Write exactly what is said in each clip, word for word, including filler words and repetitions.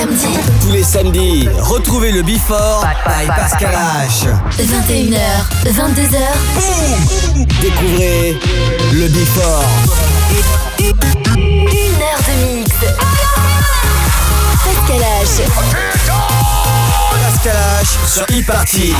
samedis. Tous les samedis, retrouvez le Before by Pascal H. vingt et une heures, vingt-deux heures. Boum. Découvrez le Before. Une heure de mix. Pascal H. Pascal H sur e-party.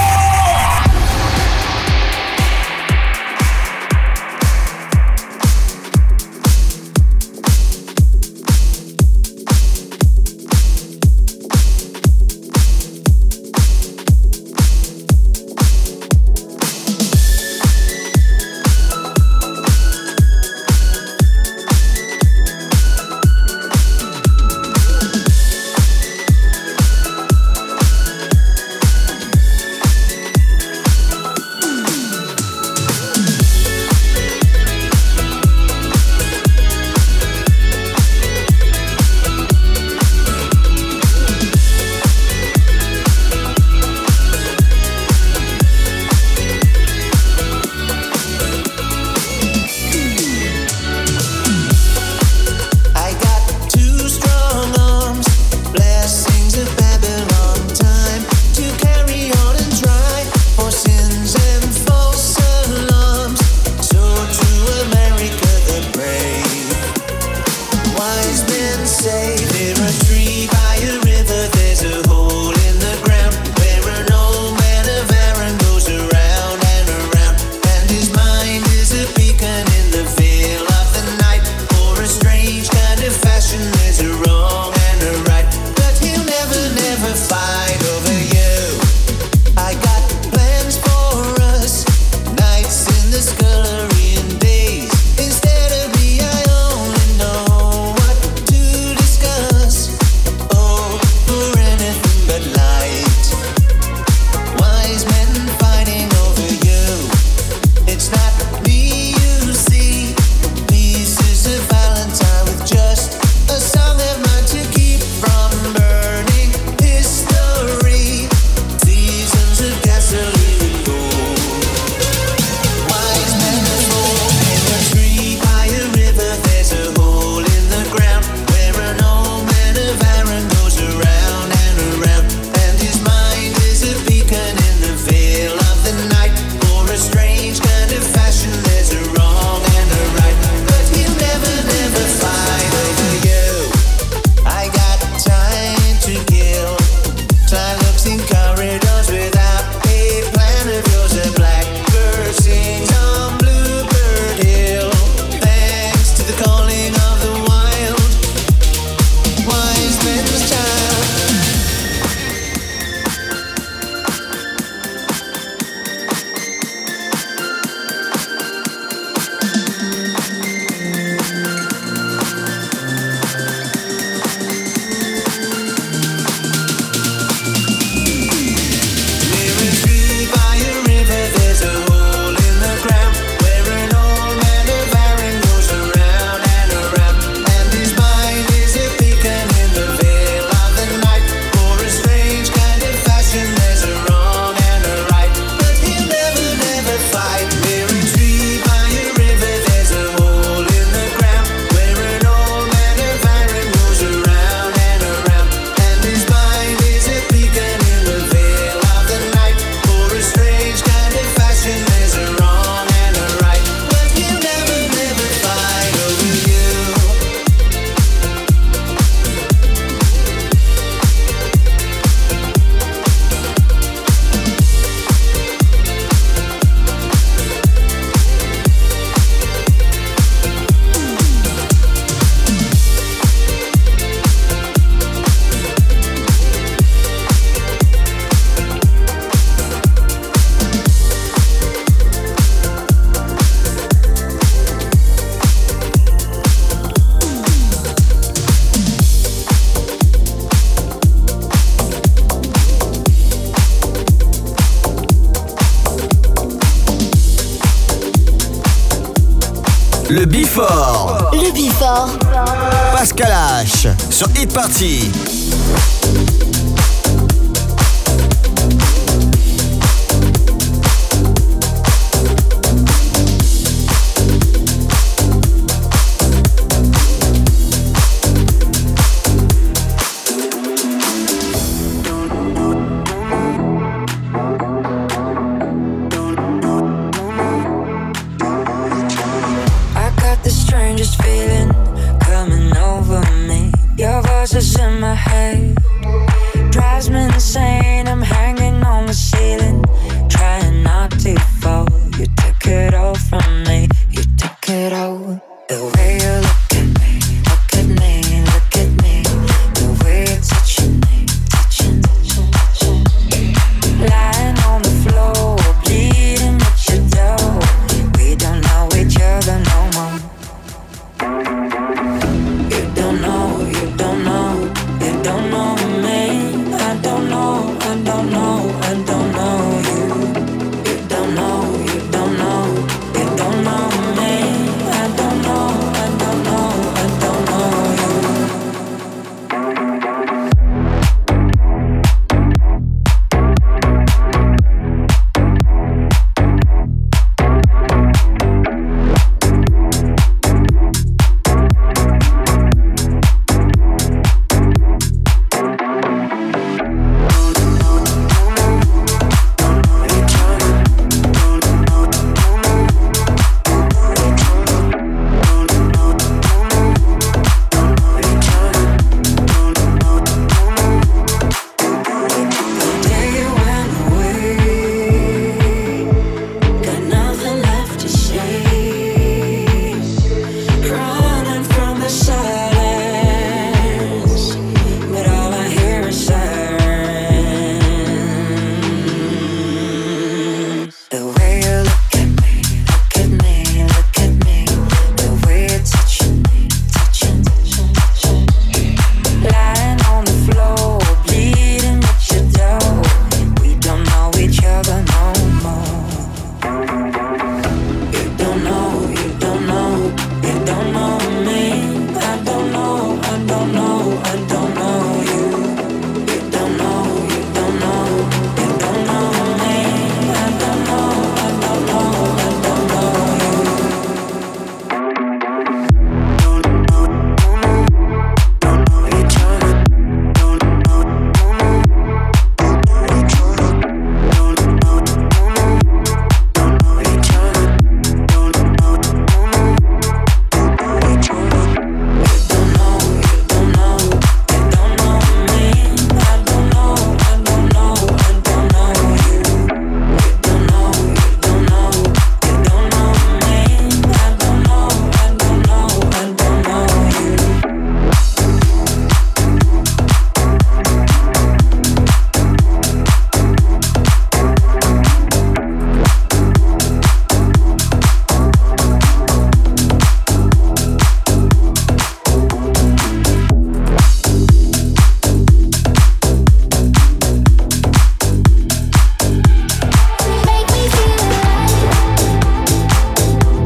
Le Before. Le Before. Pascal H sur Hit Party.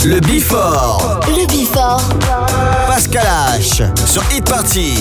Le Before. Le Before. Pascal H sur Hit Party.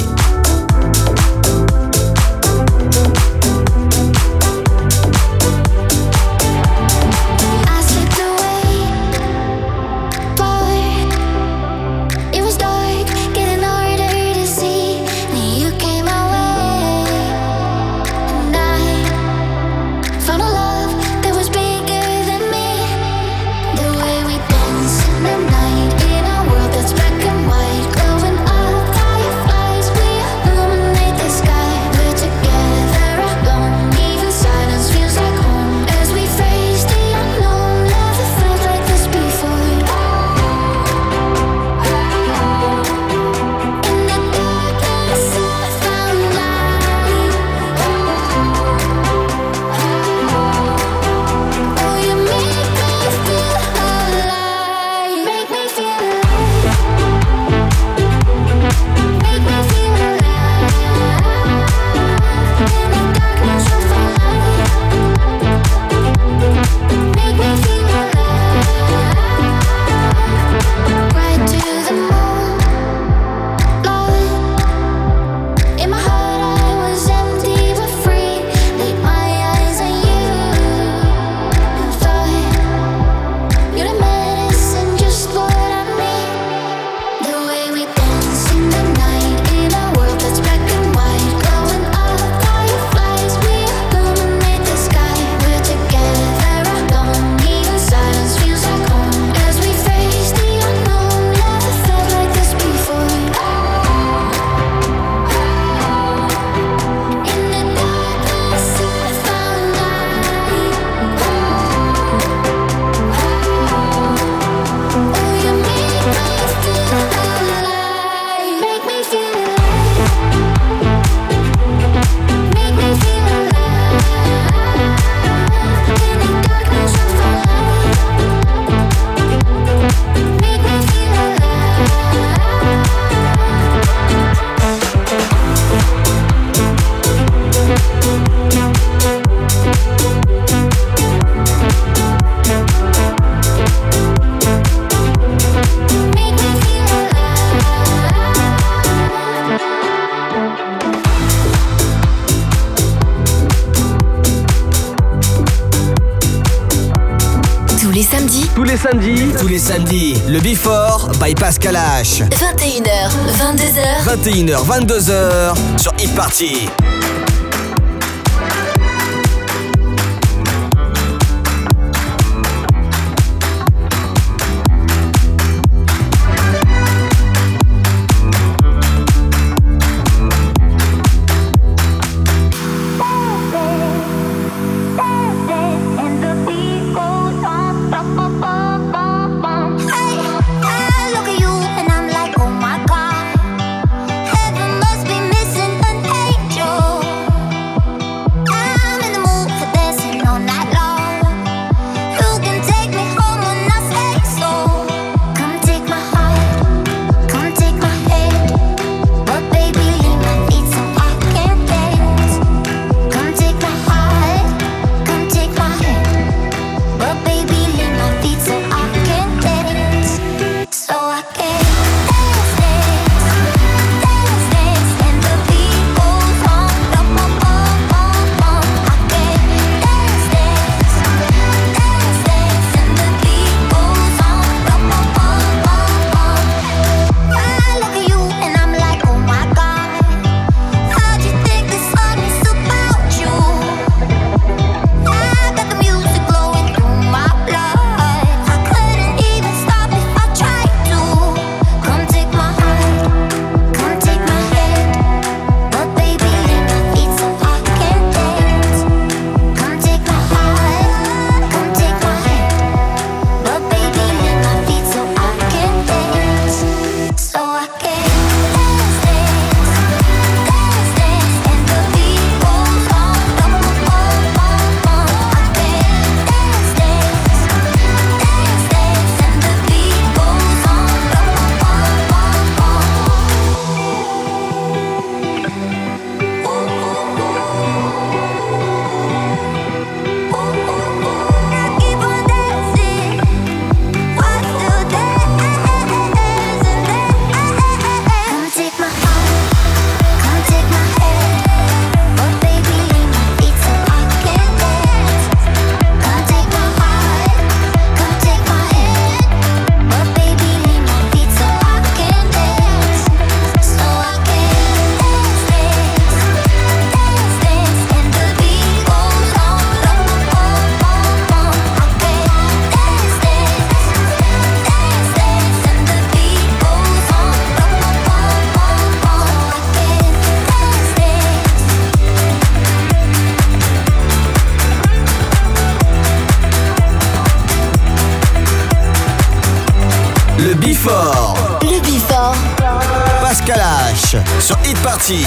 Tous les samedis. Tous les samedis. Le Before by Pascal H. vingt et une heures, vingt-deux heures. vingt et une heures, vingt-deux heures sur Hit Party. Heaven must be missing an angel. Before. Le Before. Pascal H sur Hit Party.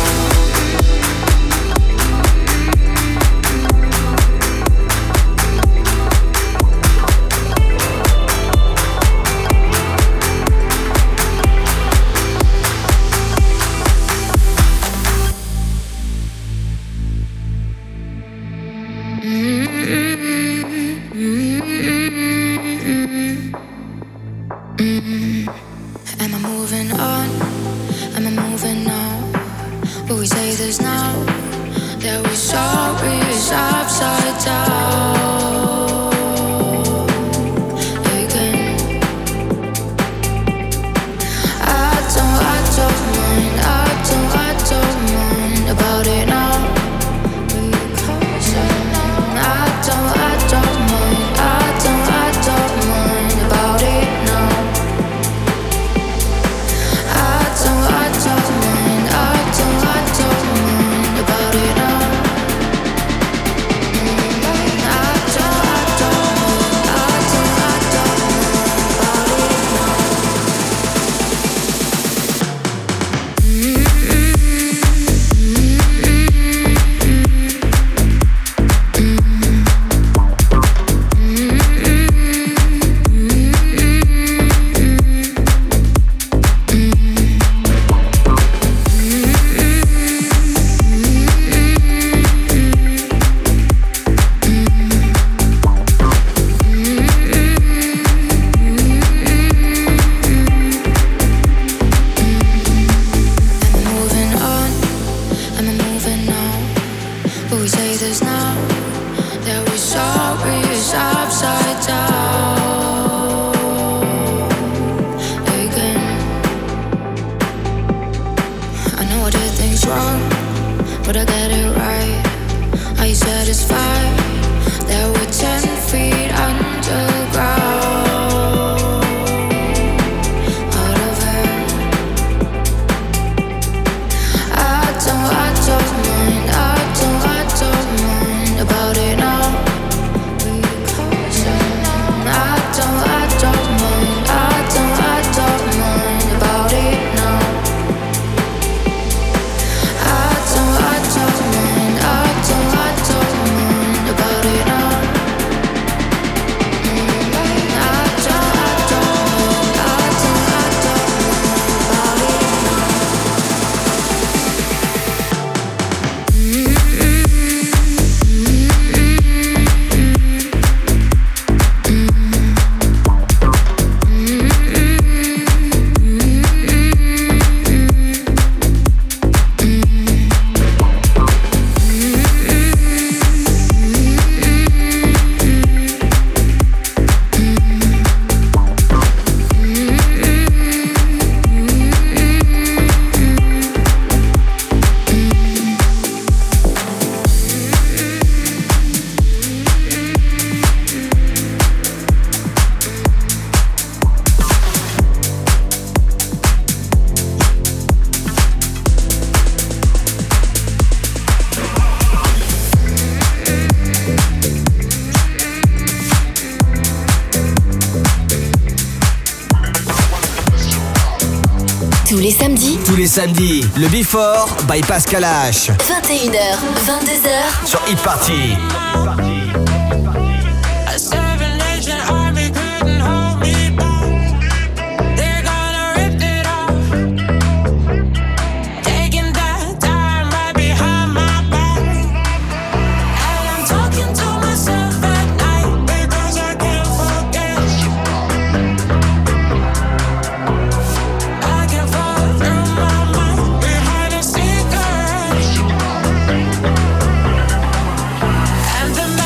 Am I moving on? Am I moving now? Will we say this now? That we're sorry is upside down again. I don't, I don't mind, I don't, I don't mind about it now. I don't, I don't mind, I don't, I don't mind about it now. I don't, I don't mind, I don't, I don't mind about it now. I don't, I don't mind, I don't, I don't mind about it now. Moving on, am I moving now? Will we say this now? That we're sorry is upside down again. I know I did things wrong, but I get it right. Are you satisfied that we're ten feet underground? Out of air. I don't, I don't mind, I don't, I don't mind about it now. I don't, I don't mind, I don't, I don't mind about it now. I don't, I don't mind, I don't, I don't mind about it now. I don't, I don't mind, I don't, I don't mind about it now. Tous les samedis, Tous les samedis, le Before by Pascal H vingt et une heures, vingt-deux heures. sur Hit Party. A seven-nation army couldn't hold me back. They're gonna rip it off, taking that time right behind my back. And I'm talking to myself at night because I can't forget. I can fall through my mind behind a cigarette. And the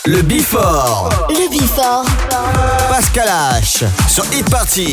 Le Before. Le Before. Pascal H sur Hit Party.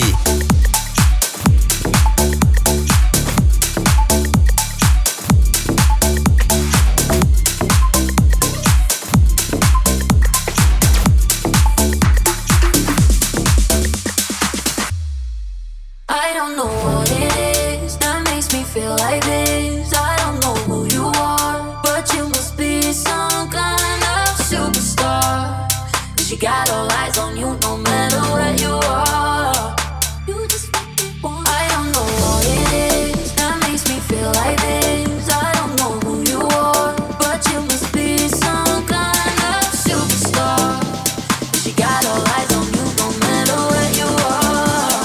I don't know what it is that makes me feel like this. I don't know who you are, but you must be some kind of superstar. 'Cause you got all eyes on you no matter where you are. You just make me want. I don't know what it is that makes me feel like this. I don't know who you are, but you must be some kind of superstar. 'Cause you got all eyes on you no matter where you are.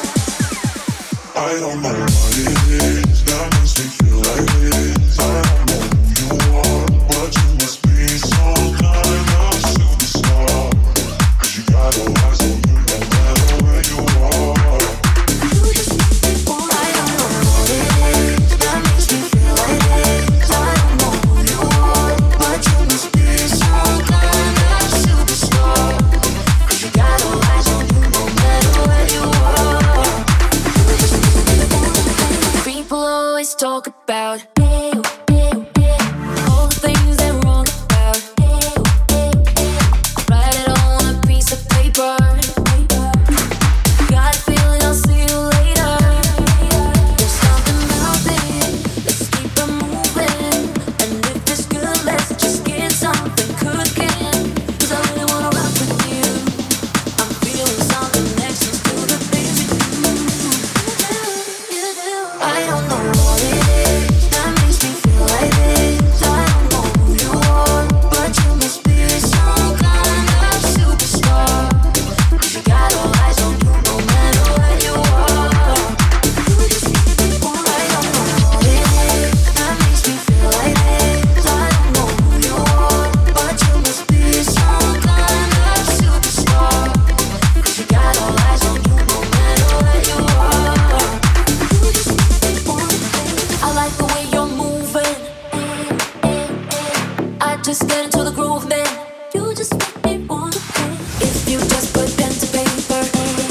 I don't know what it is that makes me feel like this. I don't know who you are, but you must be some kind of superstar. 'Cause you got all eyes on you no matter where you are. You just make me want. I don't know what it is that makes me feel like this. I don't know who you are, but you must be some kind of superstar. 'Cause you got all eyes on you no matter where you are. People always talk about all the things they're wrong about. Write it on a piece of paper. Got a feeling I'll see you later. There's something about it. Let's keep it moving. And if it's good, let's just get something cooking. 'Cause I really wanna rock with you. I'm feeling something next to the things you do. You do. I don't know what it is that makes me feel like this. I don't know who you are, but you must be some kind of superstar. 'Cause you got all eyes on you no matter where you are. You just make me want. I don't know what it is that makes me feel like this. I don't know who you are, but you must be some kind of superstar. 'Cause you got all eyes on you no matter where you are. You just make me want. I like the way you're moving. I just get into the groove, man. You just make me want. If you just put pen to paper,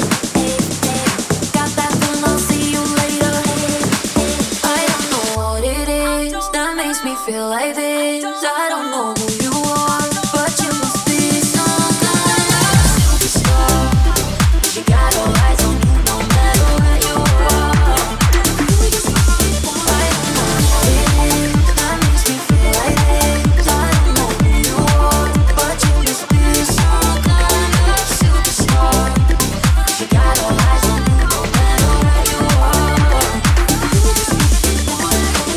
got that feeling I'll see you later. I don't know what it is that makes me feel like this. I don't know who you are, but you must be some kind of superstar. 'Cause you got all eyes on you no matter where you are. You just make me want. I don't know what it is that makes me feel like this. I don't know who you are, but you must be some kind of superstar. 'Cause you got all eyes on you no matter where you are. You just make me want.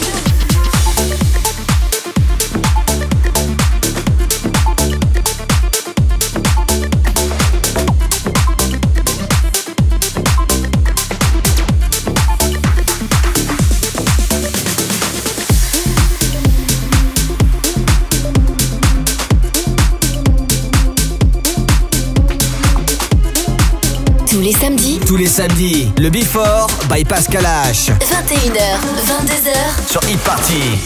Tous les samedis, Tous les samedis, le Before by Pascal H vingt et une heures, vingt-deux heures. sur Hit Party.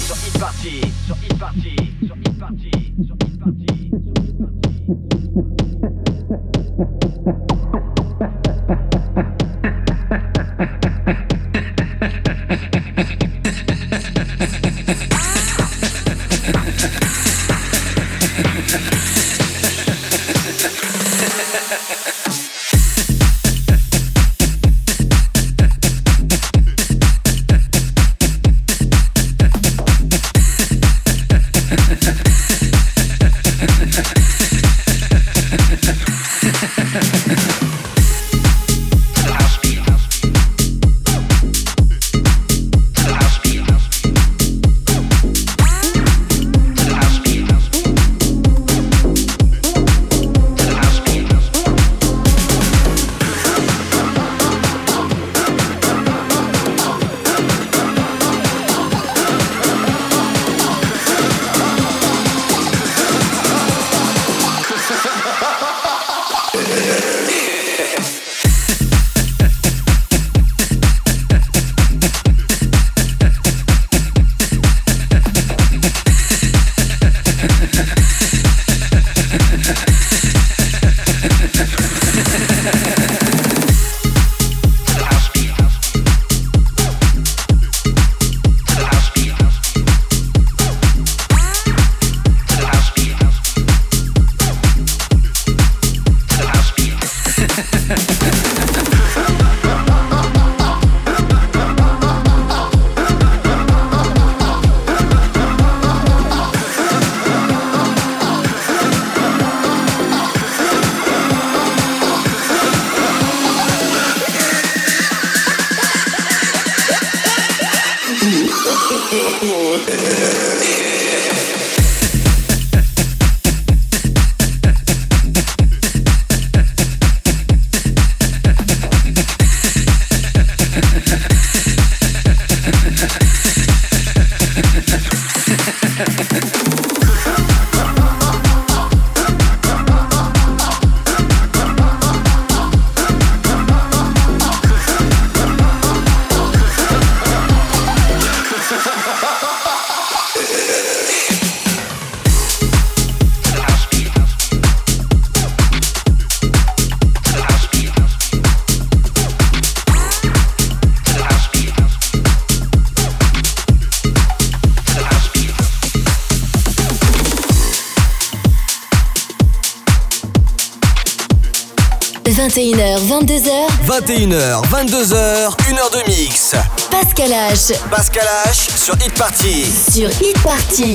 vingt et une heures, vingt-deux heures. vingt et une heures, vingt-deux heures, une heure de mix. Pascal H. Pascal H sur Hit Party. Sur Hit Party.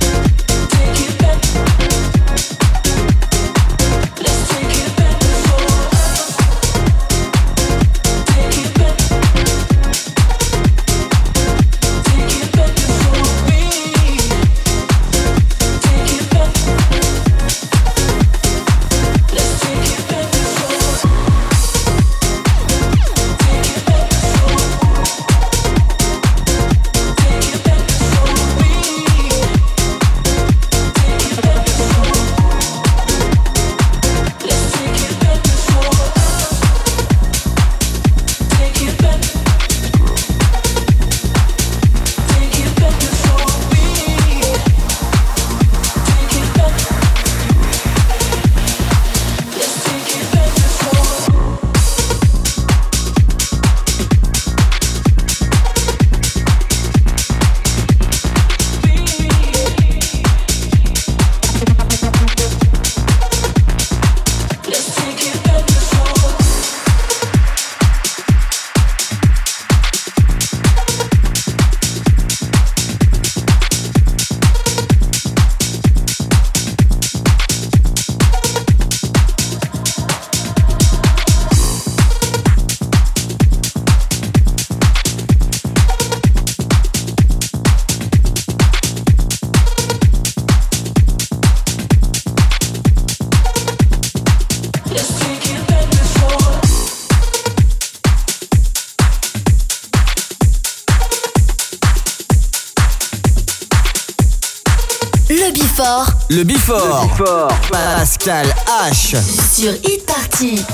Let's take it back before Before Le Before. Le Before. Pascal H. sur Hit Party.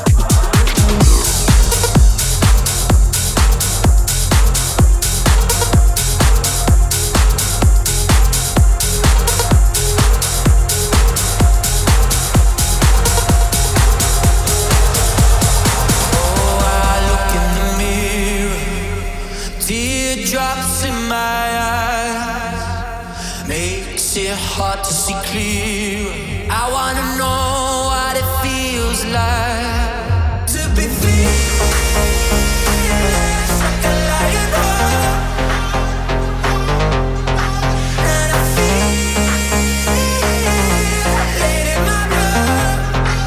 Teardrops in my eyes makes it hard to see clear. I wanna know what it feels like to be fearless like a lion heart. And I feel it in my blood.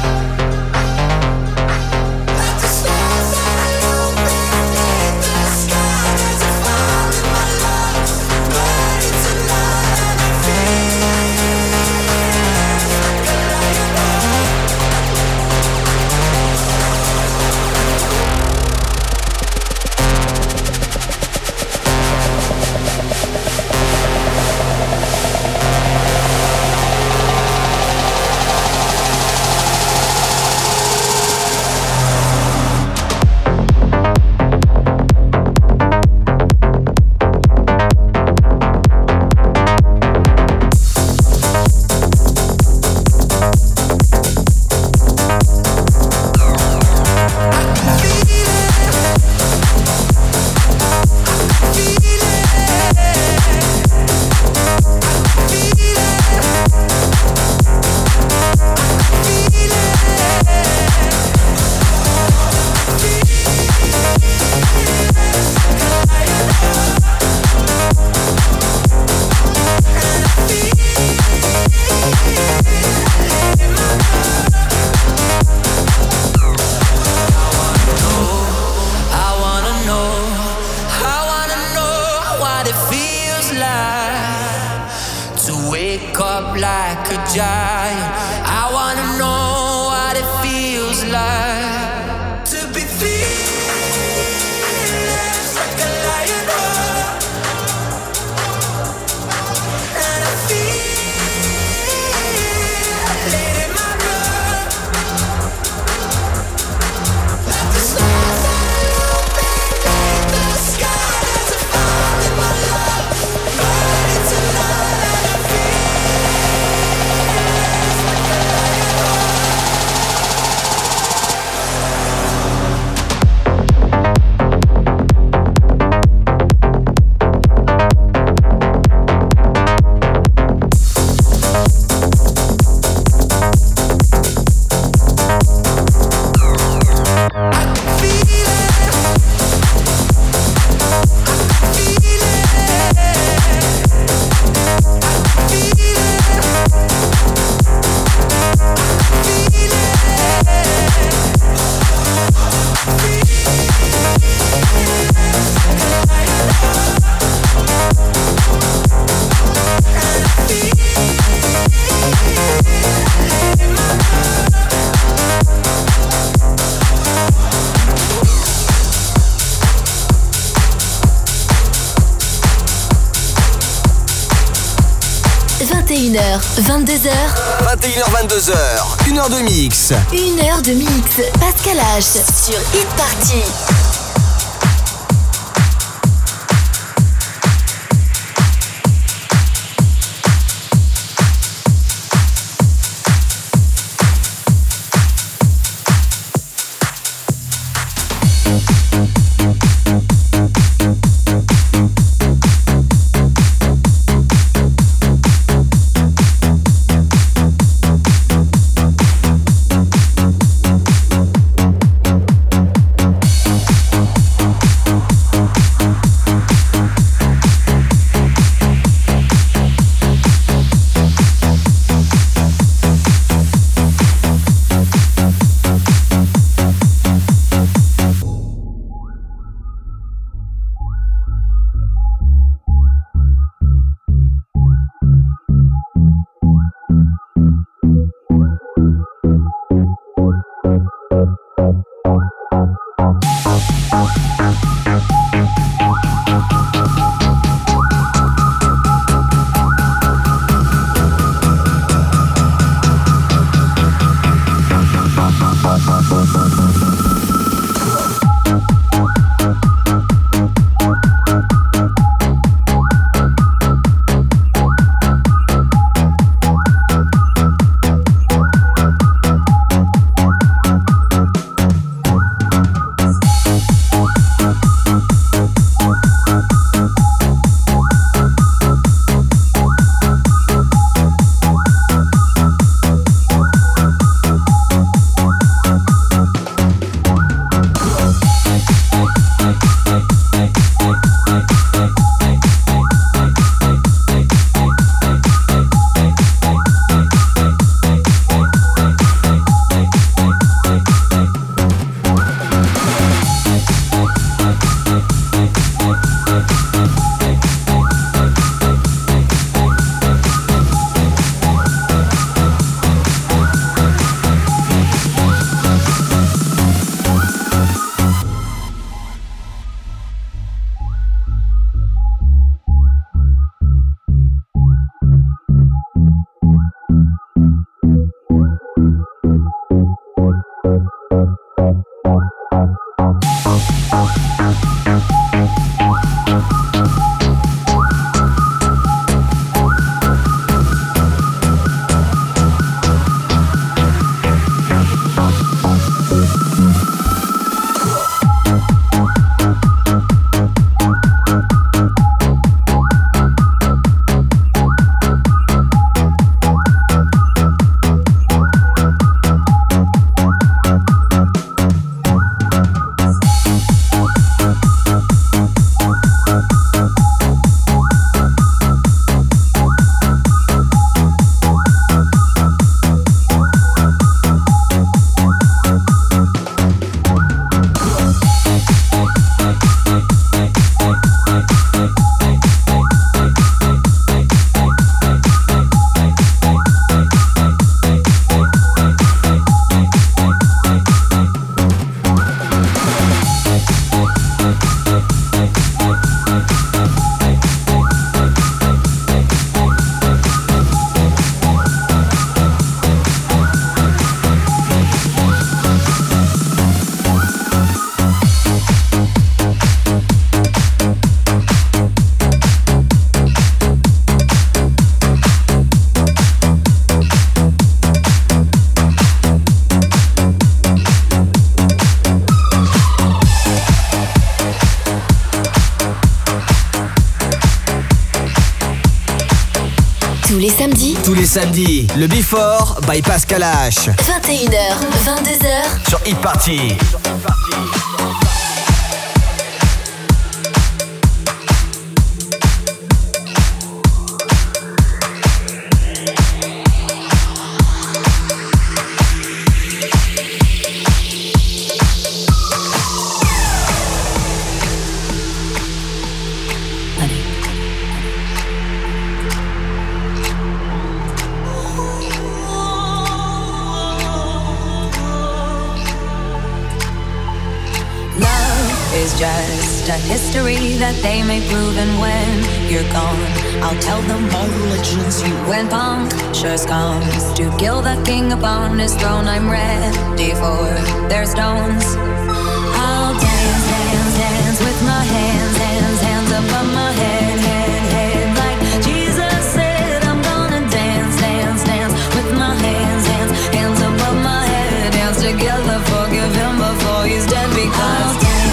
Like the stars that I love beneath the sky. There's a fire in my lungs, burning tonight. And I feel like a lion heart. I wanna know, I wanna know what it feels like to wake up like a giant. I wanna know what it feels like to be fearless like a lion heart. And I feel it in my blood. Like the stars that I love beneath the sky. There's a fire in my lungs, burning tonight. And I feel like a lion vingt et une heures, vingt-deux heures, vingt et une heures vingt-deux heures. une heure de mix. une heure de mix. Pascal H sur Hit Party. les samedis, Tous les samedis, le Before by Pascal H. vingt et une heures, vingt-deux heures. Sur Hit Party. Just a history that they may prove, and when you're gone, I'll tell them all religions you went punctures comes to kill the king upon his throne. I'm ready for their stones. I'll dance, dance, dance with my hands, hands, hands above my head, head, head. Like Jesus said, I'm gonna dance, dance, dance with my hands, hands, hands above my head. Dance together, forgive him before he's dead, because I'll dance.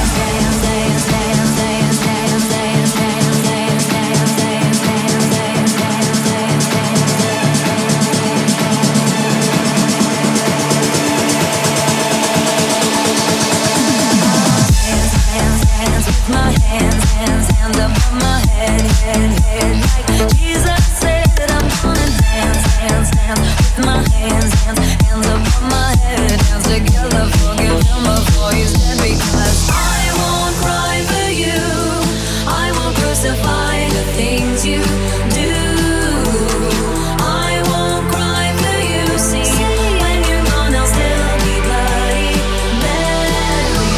My hands, hands, hands above my head, head, head. Like Jesus said, I'm gonna dance, dance, dance with my hands, hands, hands above my head. Dance together, forgive him before he's dead, because I won't cry for you. I won't crucify the things you do. I won't cry for you. See, when you're gone, I'll still be bloody Mary.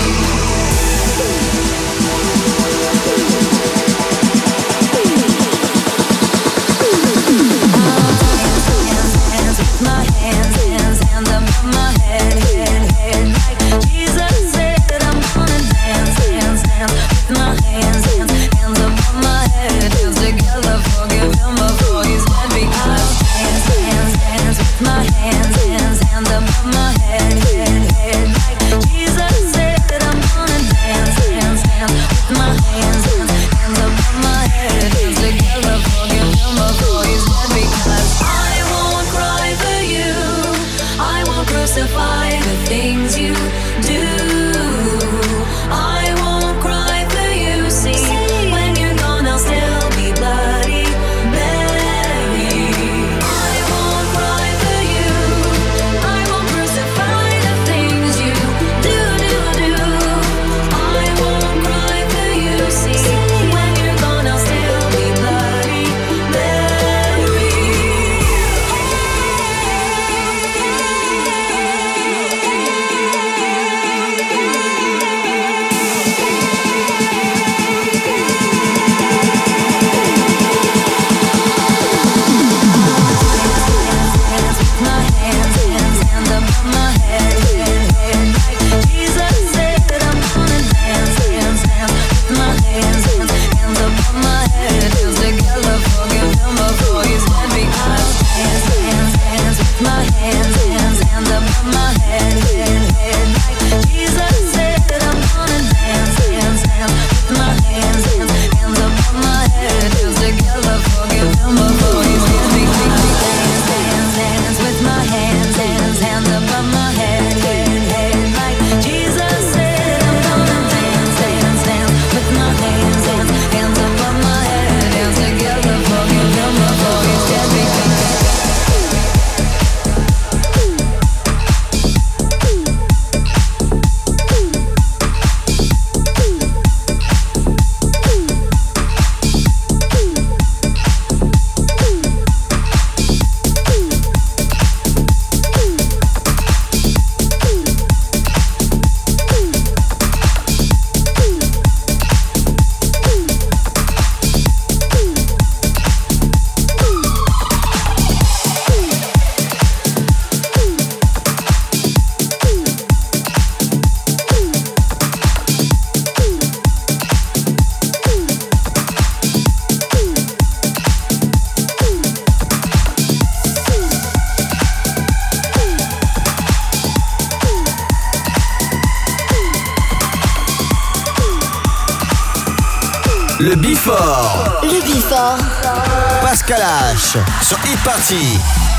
Le Before. Le Before. Pascal H sur Hit Party.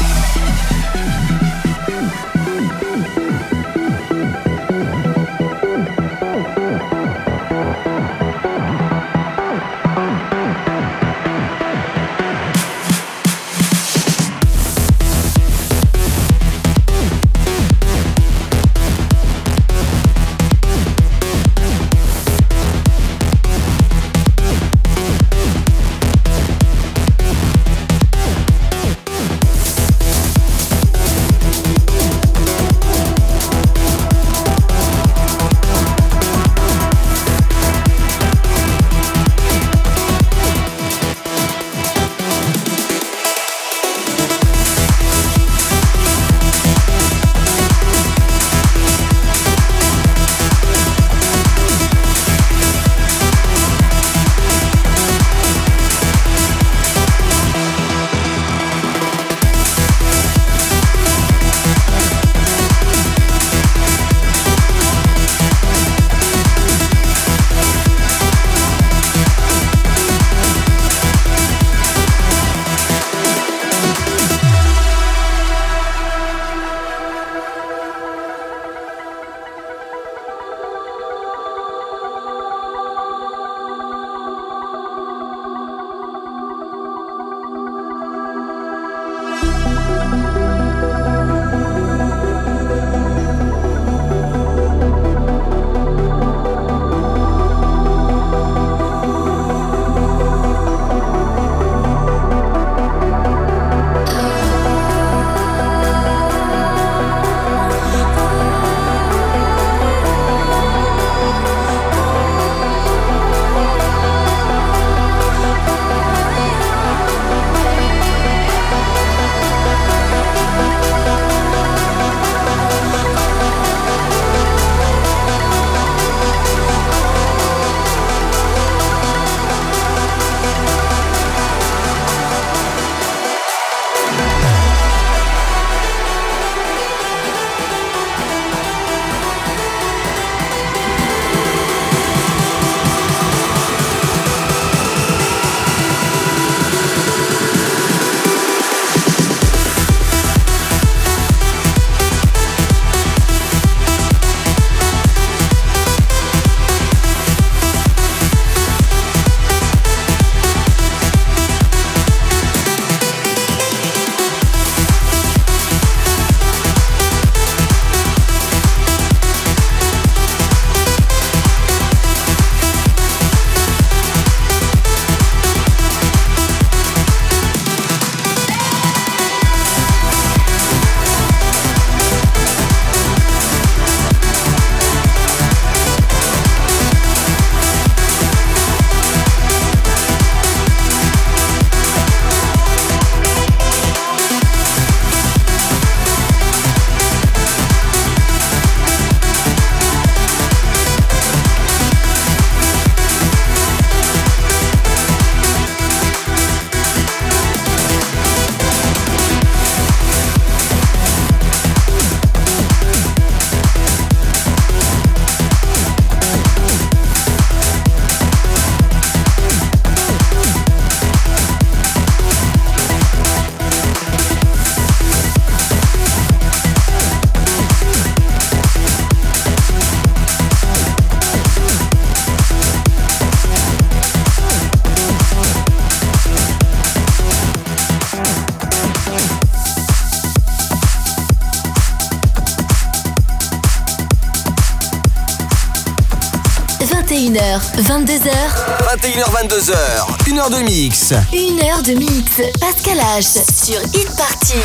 vingt et une heures, vingt-deux heures. vingt et une heures, vingt-deux heures. une heure de mix. une heure de mix. Pascal H sur Hit Party.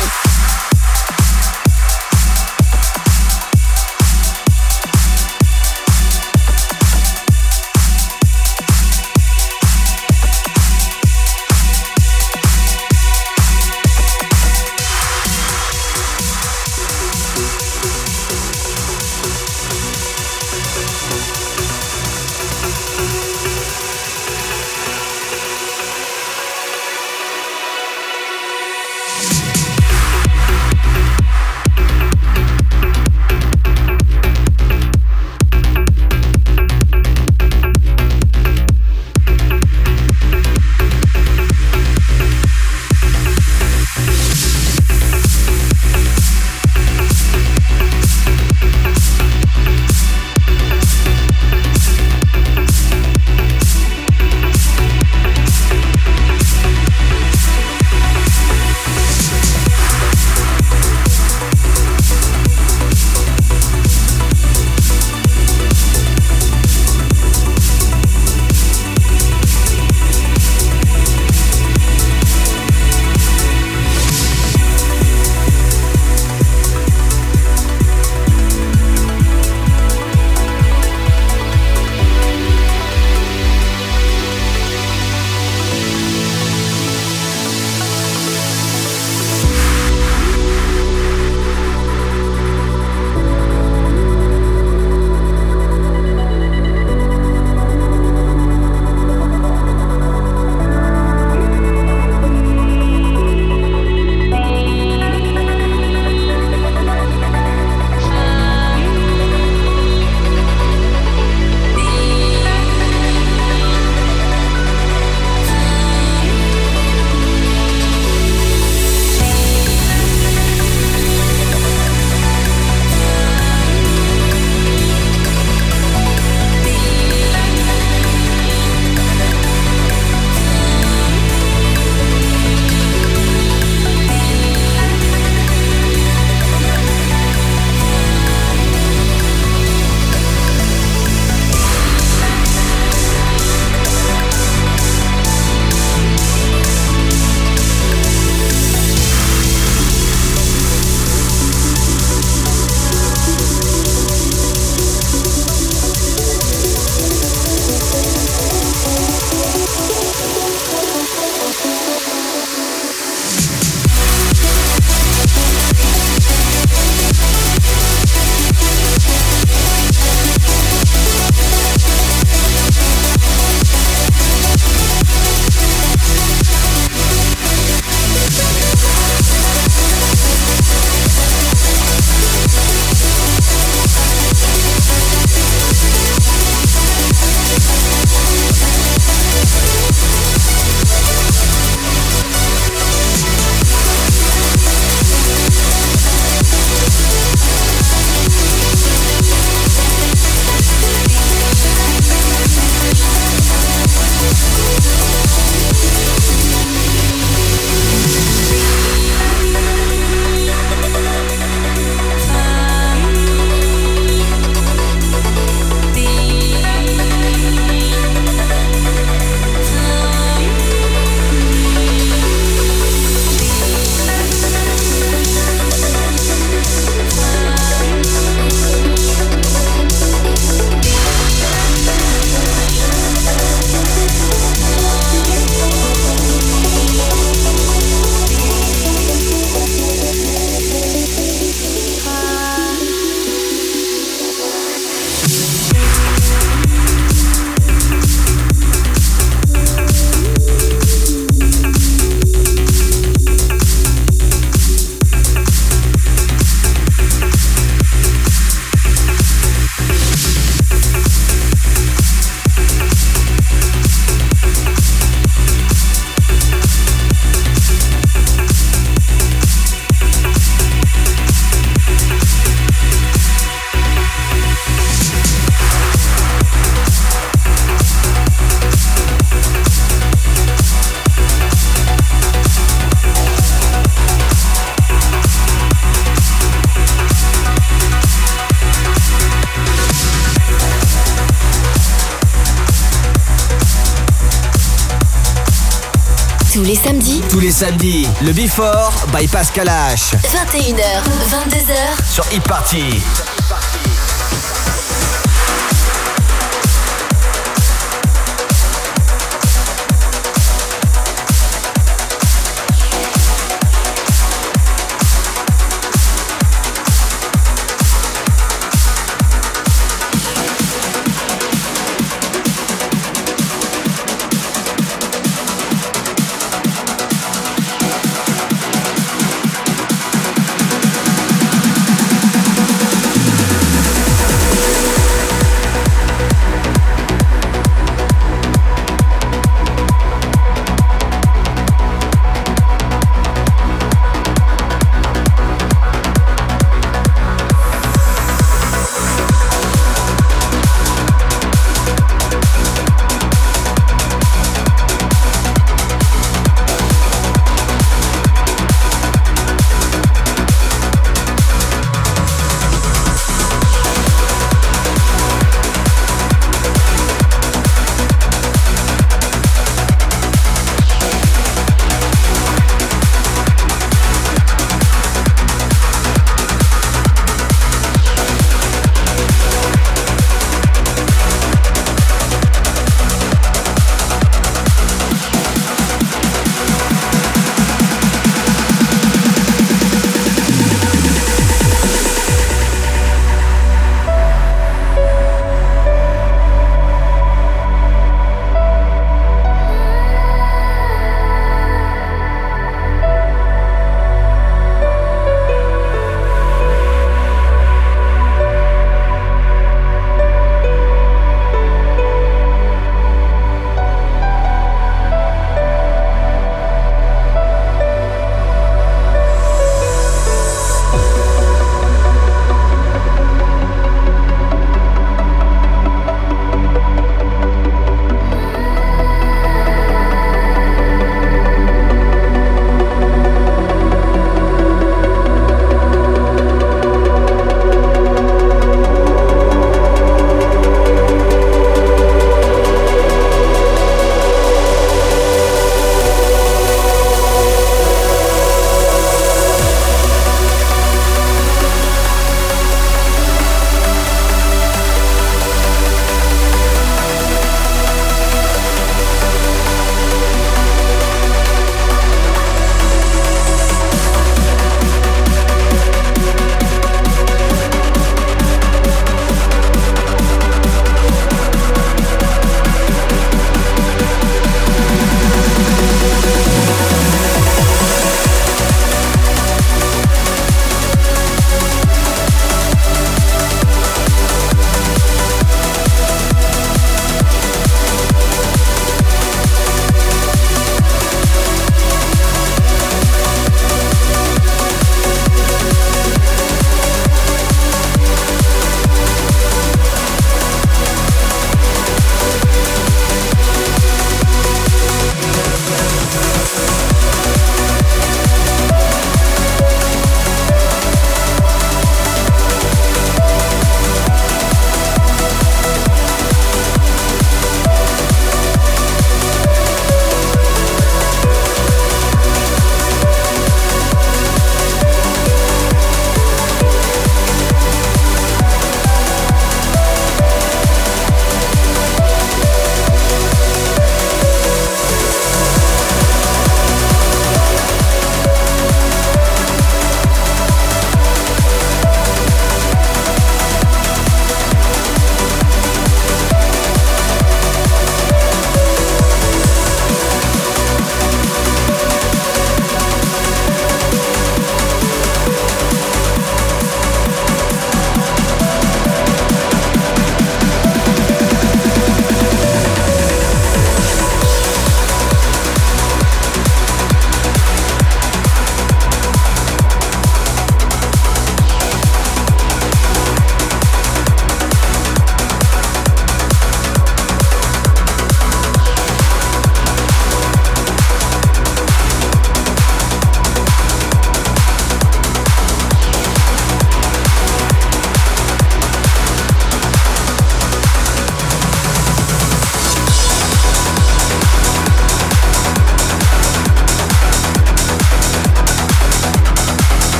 Tous les samedis, Tous les samedis, le Before by Pascal H. vingt et une heures, vingt-deux heures. Sur Hit Party.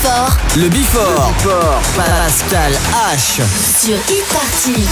Before. Le Before. Pascal H. Sur Hit Party.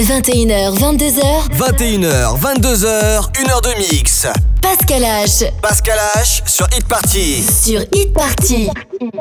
vingt et une heures, vingt-deux heures. vingt et une heures, vingt-deux heures, une heure de mix. Pascal H. Pascal H sur Hit Party. Sur Hit Party.